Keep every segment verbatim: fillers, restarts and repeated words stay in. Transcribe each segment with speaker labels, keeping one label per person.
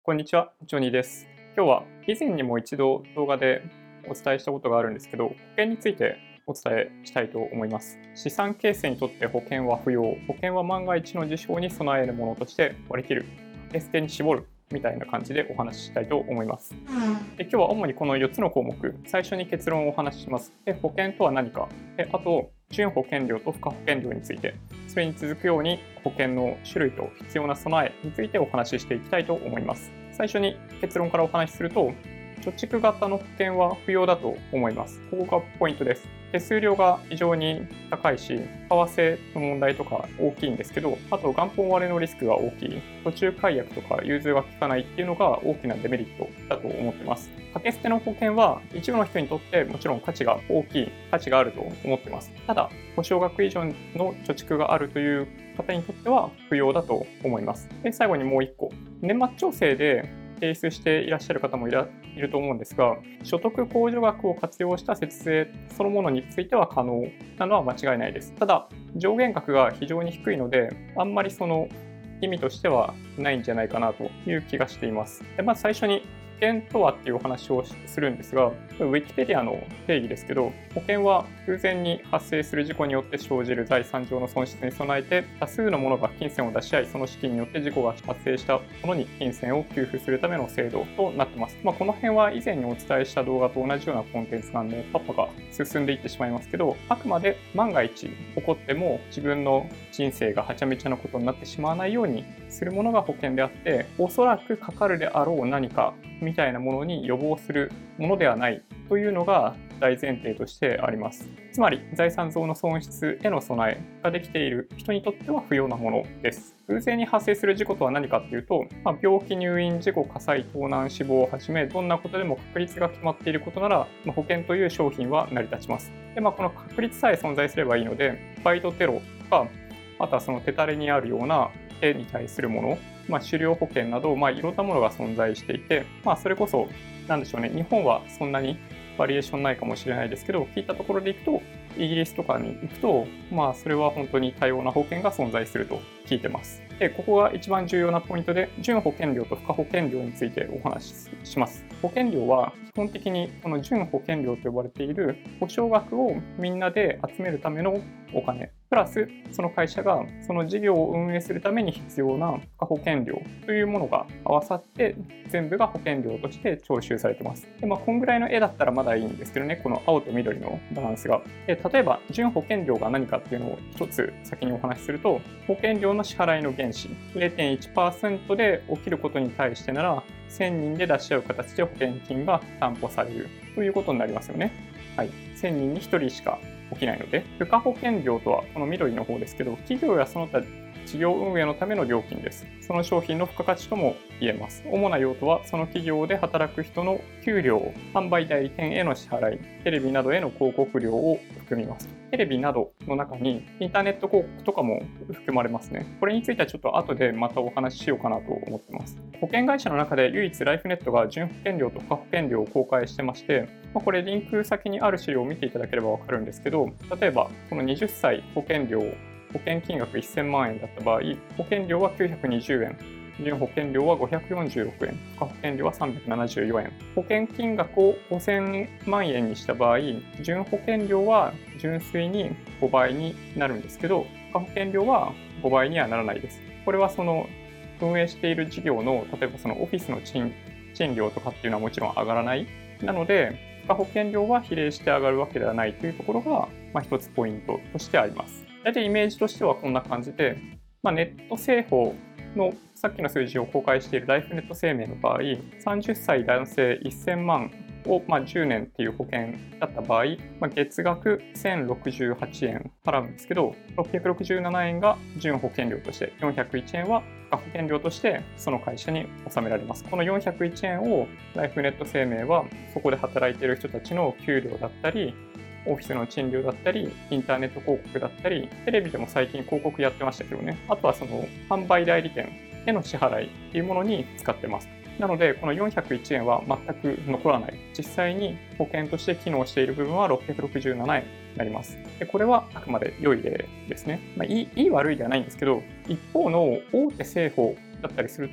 Speaker 1: こんにちは、ジョニーです。今日は以前にも一度動画でお伝えしたことがあるんですけど、保険についてお伝えしたいと思います。資産形成にとって保険は不要。保険は万が一の事象に備えるものとして割り切る。エステに絞る。みたいな感じでお話ししたいと思います。で今日は主にこのよっつの項目、最初に結論をお話しします。で保険とは何か。であと、準保険料と付加保険料について、それに続くように保険の種類と必要な備えについてお話ししていきたいと思います。最初に結論からお話しすると、貯蓄型の保険は不要だと思います。ここがポイントです。手数料が非常に高いし、為替の問題とか大きいんですけど、あと元本割れのリスクが大きい、途中解約とか融通が効かないっていうのが大きなデメリットだと思ってます。掛け捨ての保険は一部の人にとってもちろん価値が大きい、価値があると思ってます。ただ、保証額以上の貯蓄があるという方にとっては不要だと思います。で、最後にもう一個。年末調整で提出していらっしゃる方もいらいると思うんですが、所得控除額を活用した節税そのものについては可能なのは間違いないです。ただ、上限額が非常に低いので、あんまりその意味としてはないんじゃないかなという気がしています。でまず最初に保険とはっていうお話をするんですが、ウィキペディアの定義ですけど、保険は偶然に発生する事故によって生じる財産上の損失に備えて、多数の者が金銭を出し合い、その資金によって事故が発生したものに金銭を給付するための制度となっています。まあ、この辺は以前にお伝えした動画と同じようなコンテンツなんで、パッパが進んでいってしまいますけど、あくまで万が一起こっても自分の人生がはちゃめちゃなことになってしまわないようにするものが保険であって、おそらくかかるであろう何かみたいなものに予防するものではないというのが大前提としてあります。つまり財産上の損失への備えができている人にとっては不要なものです。偶然に発生する事故とは何かっていうと、まあ、病気、入院、事故、火災、盗難、死亡をはじめどんなことでも確率が決まっていることなら、まあ、保険という商品は成り立ちます。で、まあ、この確率さえ存在すればいいので、バイトテロとか、あとはその手たれにあるような手に対するもの、まあ、狩猟保険など、まあ、いろんなものが存在していて、まあ、それこそ、なんでしょうね、日本はそんなにバリエーションないかもしれないですけど、聞いたところでいくと、イギリスとかに行くと、まあ、それは本当に多様な保険が存在すると聞いてます。で、ここが一番重要なポイントで、準保険料と付加保険料についてお話しします。保険料は基本的にこの準保険料と呼ばれている保証額をみんなで集めるためのお金、プラスその会社がその事業を運営するために必要な付加保険料というものが合わさって全部が保険料として徴収されています。で、まあ、こんぐらいの絵だったらまだいいんですけどね、この青と緑のバランスが。で、例えば準保険料が何かっていうのを一つ先にお話しすると、保険料の支払いの原資 ゼロてんいちパーセント で起きることに対してならせんにんで出し合う形で保険金が担保されるということになりますよね。はい、せんにんにひとりしか起きないので、付加保険料とはこの緑の方ですけど、企業やその他事業運営のための料金です。その商品の付加価値とも言えます。主な用途はその企業で働く人の給料、販売代理店への支払い、テレビなどへの広告料を含みます。テレビなどの中にインターネット広告とかも含まれますね。これについてはちょっと後でまたお話ししようかなと思ってます。保険会社の中で唯一ライフネットが準保険料と付加保険料を公開してまして、まあ、これリンク先にある資料を見ていただければわかるんですけど、例えばこのはたち保険料、保険金額せんまんえんだった場合、保険料はきゅうひゃくにじゅうえん、準保険料はごひゃくよんじゅうろくえん、付加保険料はさんびゃくななじゅうよえん。保険金額をごせんまんえんにした場合、準保険料は純粋にごばいになるんですけど、付加保険料はごばいにはならないです。これはその運営している事業の、例えばそのオフィスの賃、賃料とかっていうのはもちろん上がらない。なので、付加保険料は比例して上がるわけではないというところが、まあ、一つポイントとしてあります。大体イメージとしてはこんな感じで、まあ、ネット製法のさっきの数字を公開しているライフネット生命の場合、さんじゅっさい男性せんまんをまあじゅうねんっていう保険だった場合、まあ、月額せんろくじゅうはちえん払うんですけど、ろっぴゃくろくじゅうななえんが準保険料として、よんひゃくいちえんは付加保険料としてその会社に納められます。このよんひゃくいちえんをライフネット生命はそこで働いている人たちの給料だったり、オフィスの賃料だったり、インターネット広告だったり、テレビでも最近広告やってましたけどね、あとはその販売代理店への支払いっていうものに使ってます。なので、このよんひゃくいちえんは全く残らない。実際に保険として機能している部分はろっぴゃくろくじゅうななえんになります。でこれはあくまで良い例ですね。まあ、いい、いい悪いではないんですけど、一方の大手製法だったりすると、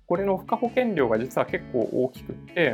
Speaker 1: これの付加保険料が実は結構大きくって、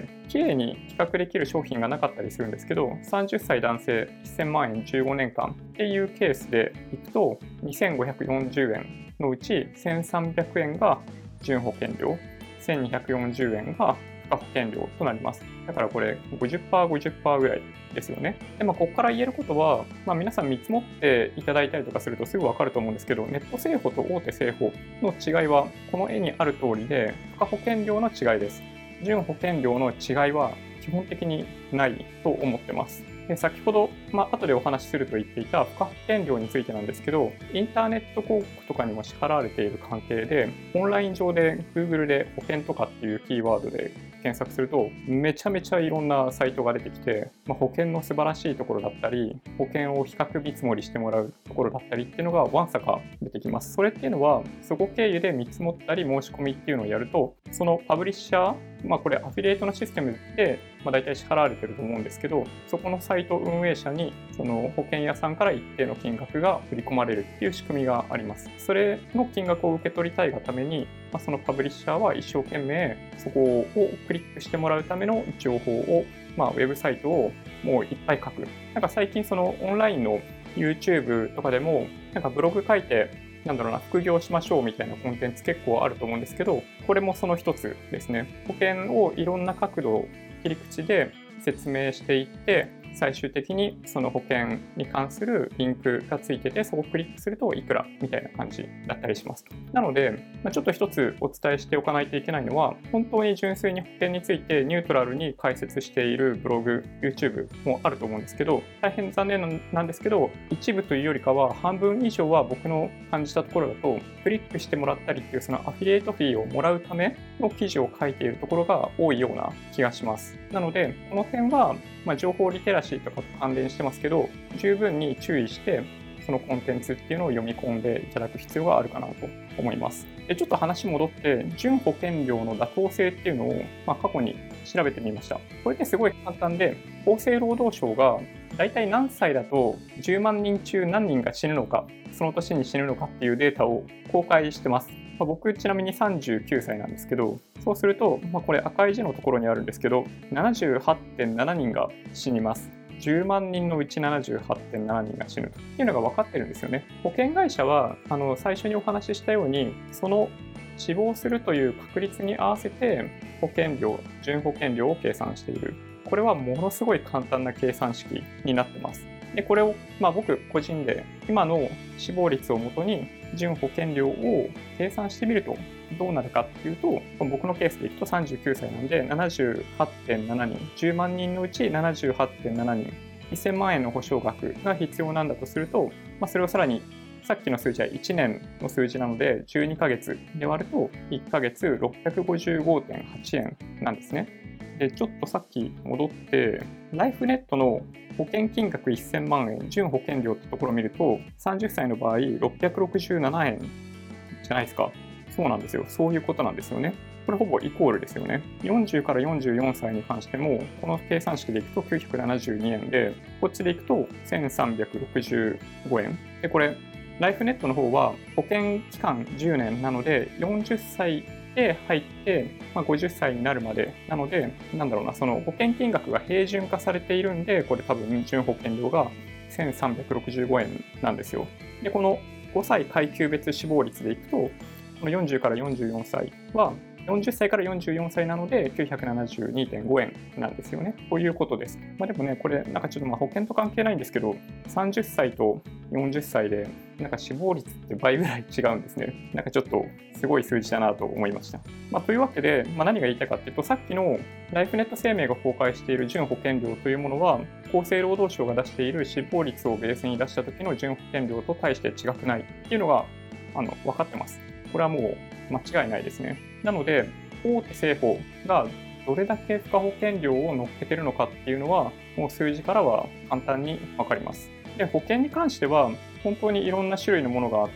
Speaker 1: きれいに比較できる商品がなかったりするんですけど、さんじゅっさい男性せんまんえんじゅうごねんかんっていうケースでいくと、にせんごひゃくよんじゅうえんのうちせんさんびゃくえんが準保険料、せんにひゃくよんじゅうえんが付加保険料となります。だからこれ ごじゅっパーセント、ごじゅっパーセント ぐらいですよね。で、まあ、ここから言えることは、まあ、皆さん見積もっていただいたりとかするとすぐわかると思うんですけど、ネット製法と大手製法の違いは、この絵にある通りで、付加保険料の違いです。準保険料の違いは基本的にないと思ってます。で先ほど、まあ後でお話しすると言っていた付加保険料についてなんですけど、インターネット広告とかにも支払われている関係で、オンライン上で Google で保険とかっていうキーワードで検索すると、めちゃめちゃいろんなサイトが出てきて、まあ、保険の素晴らしいところだったり、保険を比較見積もりしてもらうところだったりっていうのがわんさか出てきます。それっていうのは、そこ経由で見積もったり申し込みっていうのをやると、そのパブリッシャー、まあこれアフィリエイトのシステムで、まあ、大体支払われてると思うんですけど、そこのサイト運営者にその保険屋さんから一定の金額が振り込まれるっていう仕組みがあります。それの金額を受け取りたいがために、まあ、そのパブリッシャーは一生懸命そこをクリックしてもらうための情報を、まあ、ウェブサイトをもういっぱい書く。なんか最近そのオンラインの YouTube とかでもなんかブログ書いてなんだろうな、副業しましょうみたいなコンテンツ結構あると思うんですけど、これもその一つですね。保険をいろんな角度、切り口で説明していって、最終的にその保険に関するリンクがついてて、そこをクリックするといくらみたいな感じだったりします。なので、まあ、ちょっと一つお伝えしておかないといけないのは、本当に純粋に保険についてニュートラルに解説しているブログ、YouTube もあると思うんですけど、大変残念なんですけど、一部というよりかは半分以上は僕の感じたところだと、クリックしてもらったりっていうそのアフィリエイトフィーをもらうための記事を書いているところが多いような気がします。なので、この点は、まあ、情報リテラシーとかと関連してますけど、十分に注意して、そのコンテンツっていうのを読み込んでいただく必要があるかなと思います。でちょっと話戻って、準保険料の妥当性っていうのを、まあ、過去に調べてみました。これってすごい簡単で、厚生労働省が大体何歳だとじゅうまんにん中何人が死ぬのか、その年に死ぬのかっていうデータを公開してます。まあ、僕ちなみにさんじゅうきゅうさいなんですけど、そうすると、まあ、これ赤い字のところにあるんですけど、ななじゅうはちてんななにんが死にます。じゅうまんにんのうち ななじゅうはちてんななにんが死ぬというのが分かってるんですよね。保険会社はあの最初にお話ししたように、その死亡するという確率に合わせて保険料、準保険料を計算している。これはものすごい簡単な計算式になってます。でこれを、まあ、僕個人で今の死亡率をもとに準保険料を計算してみるとどうなるかっていうと、僕のケースでいくとさんじゅうきゅうさいなんで ななじゅうはちてんななにん、じゅうまんにんのうち ななじゅうはちてんななにん、せんまんえんの保証額が必要なんだとすると、まあ、それをさらにさっきの数字はいちねんの数字なのでじゅうにかげつで割るといっかげつ ろっぴゃくごじゅうごてんはちえんなんですね。でちょっとさっき戻ってライフネットの保険金額せんまんえん、準保険料ってところを見るとさんじゅっさいの場合ろっぴゃくろくじゅうななえんじゃないですか。そうなんですよ。そういうことなんですよね。これほぼイコールですよね。よんじゅうからよんじゅうよんさいに関しても、この計算式でいくときゅうひゃくななじゅうにえんで、こっちでいくとせんさんびゃくろくじゅうごえん。で、これ、ライフネットの方は保険期間じゅうねんなので、よんじゅっさいで入って、まあ、ごじゅっさいになるまでなので、なんだろうな、その保険金額が平準化されているんで、これ多分準保険料がせんさんびゃくろくじゅうごえんなんですよ。で、このごさい階級別死亡率でいくと、このよんじゅうからよんじゅうよんさいはよんじゅっさいからよんじゅうよんさいなので きゅうひゃくななじゅうにてんごえんなんですよね。こういうことです。まあ、でもね、これなんかちょっとまあ保険と関係ないんですけど、さんじゅっさいとよんじゅっさいでなんか死亡率って倍ぐらい違うんですね。なんかちょっとすごい数字だなと思いました。まあ、というわけで、まあ、何が言いたいかっていうと、さっきのライフネット生命が公開している準保険料というものは、厚生労働省が出している死亡率をベースに出した時の準保険料と大して違くないっていうのがあの分かってます。これはもう間違いないですね。なので、大手製法がどれだけ付加保険料を乗っけてるのかっていうのは、もう数字からは簡単に分かります。で、保険に関しては、本当にいろんな種類のものがあって、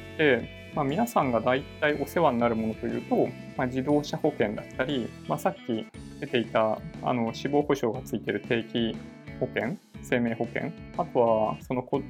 Speaker 1: まあ、皆さんが大体お世話になるものというと、まあ、自動車保険だったり、まあ、さっき出ていたあの死亡保障がついている定期保険、生命保険、あとはその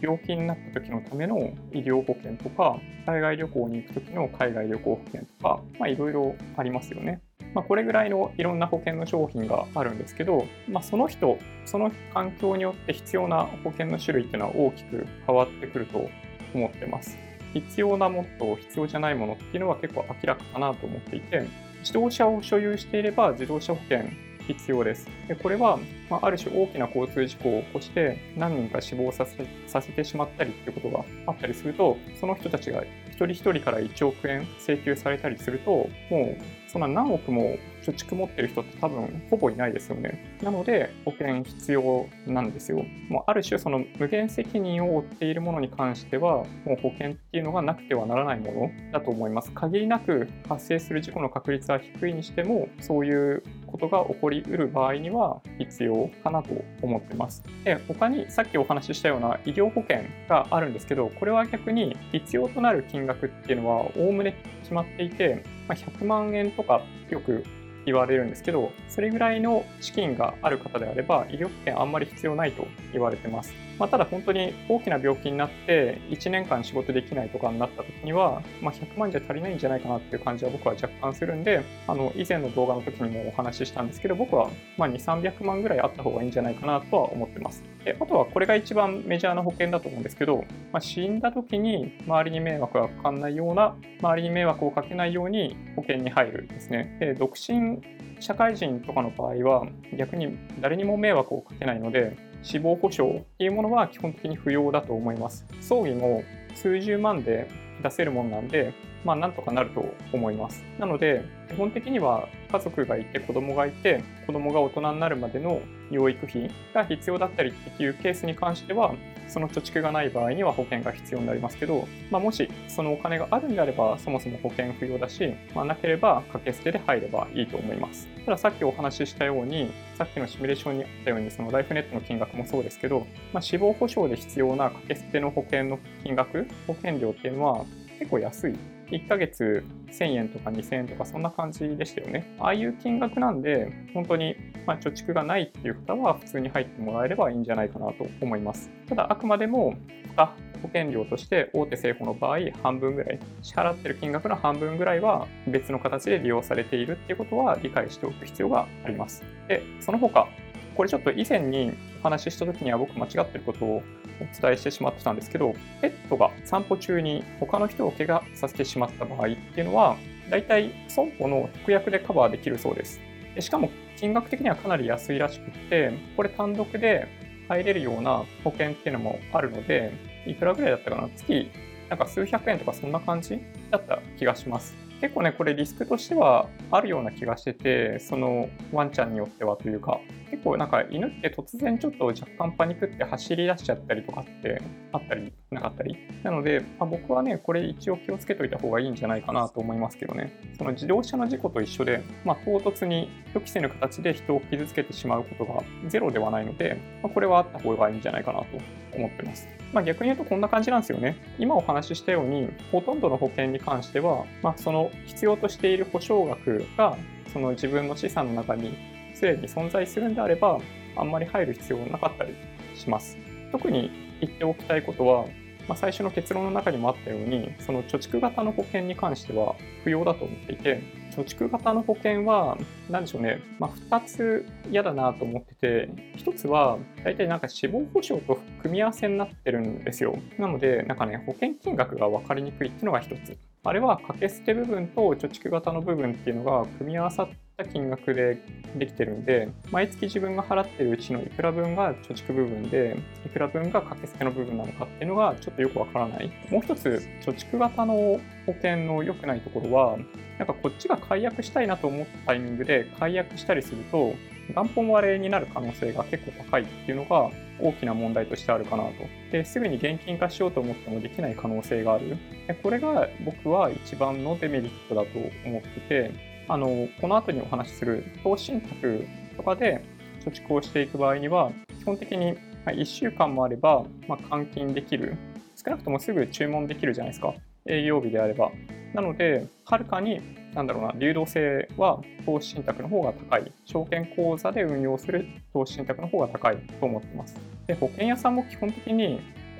Speaker 1: 病気になった時のための医療保険とか、海外旅行に行く時の海外旅行保険とか、まあ、いろいろありますよね。まあ、これぐらいのいろんな保険の商品があるんですけど、まあ、その人、その環境によって必要な保険の種類っていうのは大きく変わってくると思ってます。必要なものと必要じゃないものっていうのは結構明らかかなと思っていて、自動車を所有していれば自動車保険必要です。でこれは、まあ、ある種大きな交通事故を起こして何人か死亡させさせてしまったりっていうことがあったりすると、その人たちが一人一人からいちおくえん請求されたりすると、もうそんな何億も貯蓄持ってる人って多分ほぼいないですよね。なので保険必要なんですよ。もうある種その無限責任を負っているものに関しては、もう保険っていうのがなくてはならないものだと思います。限りなく発生する事故の確率は低いにしても、そういうことが起こりうる場合には必要かなと思ってます。で、他にさっきお話ししたような医療保険があるんですけど、これは逆に必要となる金額っていうのはおおむね決まっていて、まあ、ひゃくまんえんとかよく言われるんですけど、それぐらいの資金がある方であれば医療保険あんまり必要ないと言われてます。まあ、ただ本当に大きな病気になっていちねんかん仕事できないとかになった時には、まあ、ひゃくまんじゃ足りないんじゃないかなっていう感じは僕は若干するんで、あの以前の動画の時にもお話ししたんですけど、僕はまあにせんさんびゃくまんぐらいあった方がいいんじゃないかなとは思ってます。であとはこれが一番メジャーな保険だと思うんですけど、まあ、死んだ時に周りに迷惑がかかんないような、周りに迷惑をかけないように保険に入るですね。で独身社会人とかの場合は逆に誰にも迷惑をかけないので、死亡保障っていうものは基本的に不要だと思います。葬儀も数十万で出せるものなんで、まあなんとかなると思います。なので基本的には家族がいて子供がいて、子供が大人になるまでの養育費が必要だったりっていうケースに関しては、その貯蓄がない場合には保険が必要になりますけど、まあ、もしそのお金があるんであればそもそも保険不要だし、まあ、なければ掛け捨てで入ればいいと思います。たださっきお話ししたように、さっきのシミュレーションにあったように、そのライフネットの金額もそうですけど、まあ、死亡保障で必要な掛け捨ての保険の金額、保険料っていうのは結構安い。いっかげつせんえんとかにせんえんとかそんな感じでしたよね。ああいう金額なんで、本当にまあ貯蓄がないっていう方は普通に入ってもらえればいいんじゃないかなと思います。ただあくまでも付加保険料として大手生保の場合半分ぐらい、支払ってる金額の半分ぐらいは別の形で利用されているっていうことは理解しておく必要があります。で、その他、これちょっと以前にお話しした時には僕間違ってることをお伝えしてしまってたんですけど、ペットが散歩中に他の人を怪我させてしまった場合っていうのは、だいたい損保の特約でカバーできるそうです。でしかも金額的にはかなり安いらしくって、これ単独で入れるような保険っていうのもあるので、いくらぐらいだったかな、月なんか数百円とかそんな感じだった気がします。結構ね、これリスクとしてはあるような気がしてて、そのワンちゃんによってはというか、結構なんか犬って突然ちょっと若干パニックって走り出しちゃったりとかってあったりなかったり。なので、まあ、僕はね、これ一応気をつけといた方がいいんじゃないかなと思いますけどね。その自動車の事故と一緒で、まあ、唐突に予期せぬ形で人を傷つけてしまうことがゼロではないので、まあ、これはあった方がいいんじゃないかなと思ってます。まあ、逆に言うとこんな感じなんですよね。今お話ししたように、ほとんどの保険に関しては、まあ、その必要としている保証額がその自分の資産の中にすでに存在するんであれば、あんまり入る必要なかったりします。特に言っておきたいことは、まあ、最初の結論の中にもあったように、その貯蓄型の保険に関しては不要だと思っていて、貯蓄型の保険は、何でしょうね、まあ、ふたつ嫌だなと思ってて、ひとつは、大体なんか死亡保障と組み合わせになってるんですよ。なので、なんかね、保険金額が分かりにくいっていうのがひとつ。あれは掛け捨て部分と貯蓄型の部分っていうのが組み合わさった金額でできてるんで、毎月自分が払ってるうちのいくら分が貯蓄部分で、いくら分が掛け捨ての部分なのかっていうのがちょっとよくわからない。もう一つ、貯蓄型の保険の良くないところは、なんかこっちが解約したいなと思ったタイミングで解約したりすると、元本割れになる可能性が結構高いっていうのが大きな問題としてあるかなと。で、すぐに現金化しようと思ってもできない可能性がある。でこれが僕は一番のデメリットだと思ってて、あの、この後にお話しする投資信託とかで貯蓄をしていく場合には、基本的にいっしゅうかんもあれば、まあ、換金できる。少なくともすぐ注文できるじゃないですか。営業日であれば。なので、はるかに、なんだろうな、流動性は投資信託の方が高い。証券口座で運用する投資信託の方が高いと思ってます。で、保険屋さんも基本的に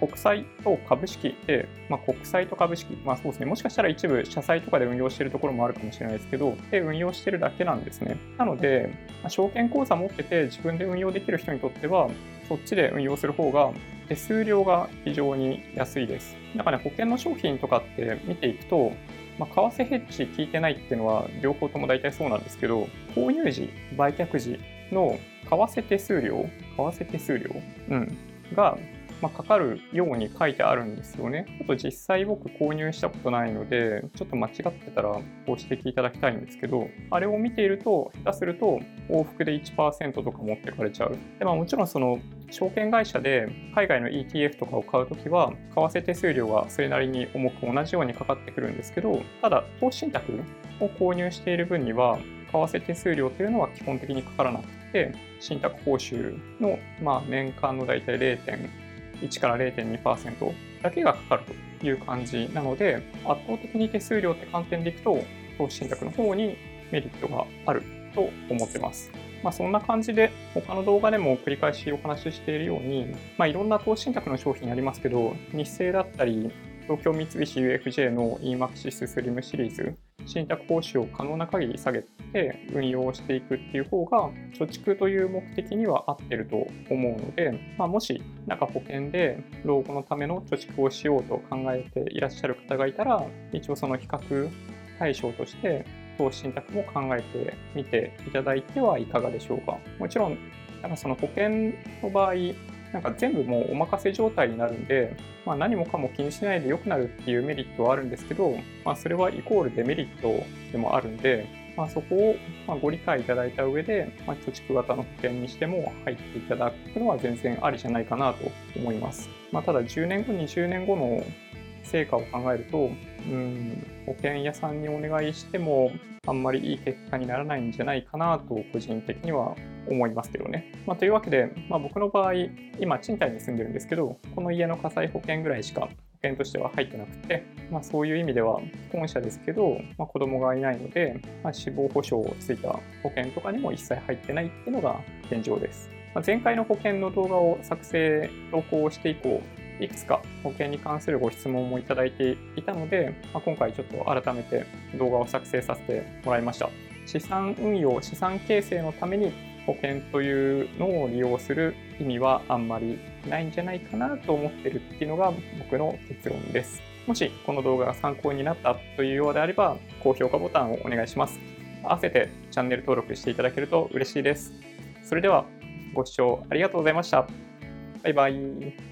Speaker 1: 国債と株式で、まあ、国債と株式、まあそうですね、もしかしたら一部社債とかで運用しているところもあるかもしれないですけど、で運用しているだけなんですね。なので、まあ、証券口座持ってて自分で運用できる人にとっては、そっちで運用する方が手数料が非常に安いです。なんかね、保険の商品とかって見ていくと、まあ、為替ヘッジ効いてないっていうのは両方とも大体そうなんですけど、購入時、売却時の為替手数料、為替手数料、うん、が、まあ、かかるように書いてあるんですよね。ちょっと実際僕購入したことないので、ちょっと間違ってたらご指摘いただきたいんですけど、あれを見ていると、下手すると往復で いちパーセント とか持ってかれちゃう。で、まあ、もちろんその証券会社で海外の イーティーエフ とかを買うときは、為替手数料がそれなりに重く同じようにかかってくるんですけど、ただ、投資信託を購入している分には、為替手数料というのは基本的にかからなくて、信託報酬の、まあ、年間のだいたい れいてんいち から れいてんにパーセント だけがかかるという感じなので、圧倒的に手数料って観点でいくと、投資信託の方にメリットがあると思ってます。まあ、そんな感じで、他の動画でも繰り返しお話ししているように、まあ、いろんな投資信託の商品ありますけど、日清だったり、東京三菱 ユーエフジェー の イーマクシス スリムシリーズ、信託報酬を可能な限り下げて運用していくっていう方が、貯蓄という目的には合ってると思うので、まあ、もしなんか保険で老後のための貯蓄をしようと考えていらっしゃる方がいたら、一応その比較対象として、投資信託も考えてみていただいてはいかがでしょうか。もちろん、なんかその保険の場合、なんか全部もうお任せ状態になるんで、まあ、何もかも気にしないで良くなるっていうメリットはあるんですけど、まあ、それはイコールデメリットでもあるんで、まあ、そこをまあご理解いただいた上で、まあ、貯蓄型の保険にしても入っていただくのは全然ありじゃないかなと思います。まあ、ただじゅうねんご、にじゅうねんごの成果を考えると、うん、保険屋さんにお願いしてもあんまりいい結果にならないんじゃないかなと個人的には思いますけどね。まあ、というわけで、まあ、僕の場合、今賃貸に住んでるんですけど、この家の火災保険ぐらいしか保険としては入ってなくて、まあ、そういう意味では既婚者ですけど、まあ、子供がいないので、まあ、死亡保障をついた保険とかにも一切入ってないっていうのが現状です。まあ、前回の保険の動画を作成、投稿して以降、いくつか保険に関するご質問もいただいていたので、まあ、今回ちょっと改めて動画を作成させてもらいました。資産運用、資産形成のために保険というのを利用する意味はあんまりないんじゃないかなと思ってるっていうのが僕の結論です。もしこの動画が参考になったというようであれば、高評価ボタンをお願いします。合わせてチャンネル登録していただけると嬉しいです。それではご視聴ありがとうございました。バイバイ。